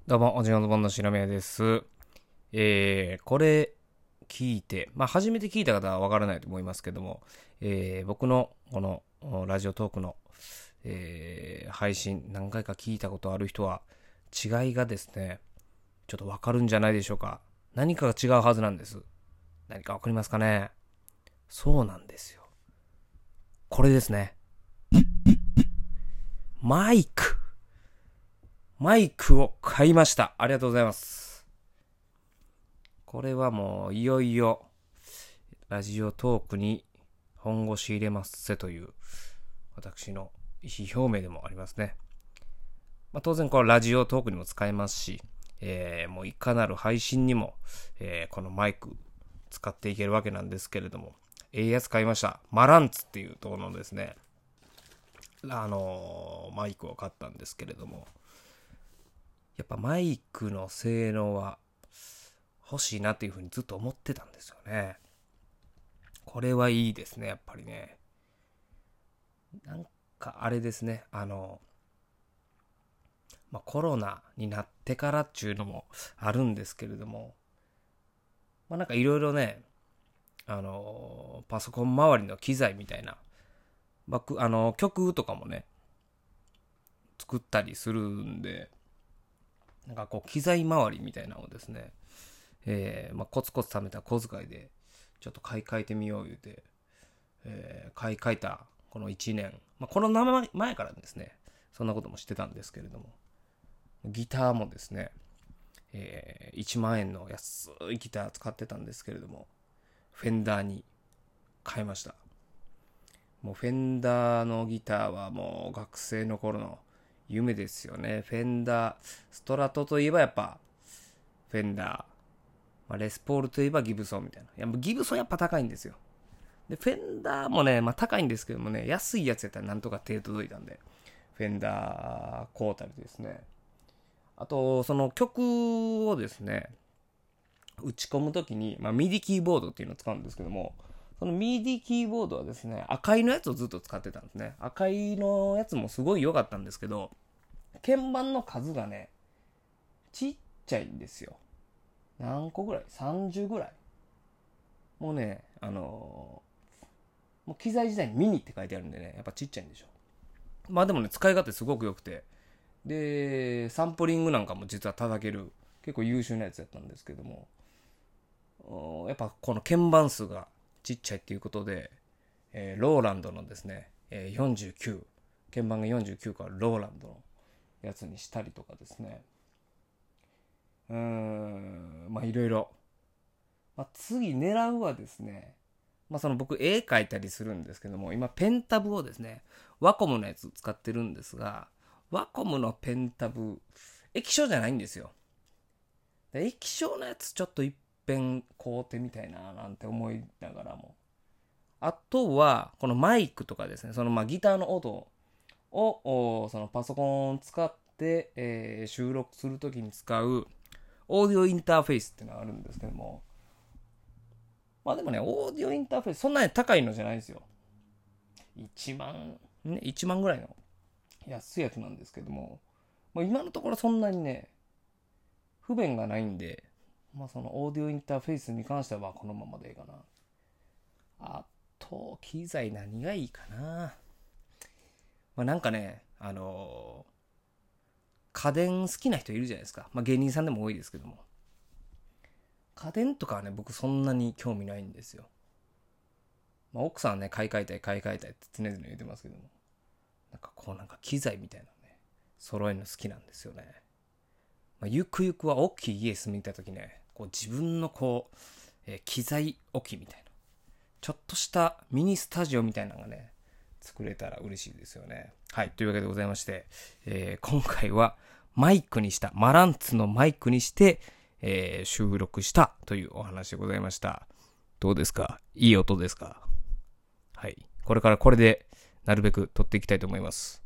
どうも、おじのズボンの白宮です。これ聞いて、初めて聞いた方はわからないと思いますけども、僕のこのラジオトークの、配信何回か聞いたことある人は、違いがですね、ちょっとわかるんじゃないでしょうか。何かが違うはずなんです。何かわかりますかね。そうなんですよ。これですね。マイク。マイクを買いました。ありがとうございます。これはもういよいよラジオトークに本腰入れますせという私の意思表明でもありますね。当然これラジオトークにも使えますし、もういかなる配信にも、このマイク使っていけるわけなんですけれども、やつ買いました。マランツっていうところのですね、マイクを買ったんですけれども、やっぱマイクの性能は欲しいなっていうふうにずっと思ってたんですよね。これはいいですね、やっぱりね。なんかあれですね、コロナになってからっていうのもあるんですけれども、なんかいろいろね、パソコン周りの機材みたいな、曲とかもね、作ったりするんで、なんかこう機材周りみたいなのをですね、コツコツ貯めた小遣いでちょっと買い替えてみよう言うて、買い替えたこの1年、コロナ前からですね、そんなこともしてたんですけれども、ギターもですね、1万円の安いギター使ってたんですけれども、フェンダーに変えました。もうフェンダーのギターはもう学生の頃の夢ですよね。フェンダー、ストラトといえばやっぱフェンダー、レスポールといえばギブソンみたいな。ギブソンやっぱ高いんですよ。で、フェンダーもね、高いんですけどもね、安いやつやったらなんとか手届いたんで、フェンダー買うたりですね。あと、その曲をですね、打ち込むときに、ミディキーボードっていうのを使うんですけども、そのミディキーボードはですね、赤いのやつをずっと使ってたんですね。赤いのやつもすごい良かったんですけど、鍵盤の数がね、ちっちゃいんですよ。何個ぐらい ?30 ぐらい。もうね、もう機材自体にミニって書いてあるんでね、やっぱちっちゃいんでしょ。でもね、使い勝手すごく良くて、で、サンプリングなんかも実は叩ける、結構優秀なやつやったんですけども、やっぱこの鍵盤数がちっちゃいっていうことで、ローランドのですね、49、鍵盤が49からローランドのやつにしたりとかですね、いろいろ。次狙うはですね、その僕絵描いたりするんですけども、今ペンタブをですね、ワコムのやつ使ってるんですが、ワコムのペンタブ、液晶じゃないんですよ。液晶のやつちょっと一遍買うてみたいななんて思いながらも。あとは、このマイクとかですね、そのギターの音をそのパソコンを使って、収録するときに使うオーディオインターフェースっていうのがあるんですけども、でもね、オーディオインターフェースそんなに高いのじゃないですよ。1万、1万ぐらいの安いやつなんですけども、今のところそんなにね、不便がないんで、そのオーディオインターフェースに関してはこのままでいいかな。あと、機材何がいいかな。なんかね、家電好きな人いるじゃないですか。芸人さんでも多いですけども。家電とかはね、僕そんなに興味ないんですよ。奥さんはね、買い替えたいって常々言ってますけども。なんか機材みたいなのね、揃えるの好きなんですよね。ゆくゆくは大きい家住みたいときね、こう自分の機材置きみたいな。ちょっとしたミニスタジオみたいなのがね、作れたら嬉しいですよね。はい、というわけでございまして、今回はマイクにした、マランツのマイクにして、収録したというお話でございました。どうですか？いい音ですか？はい。これからこれでなるべく撮っていきたいと思います。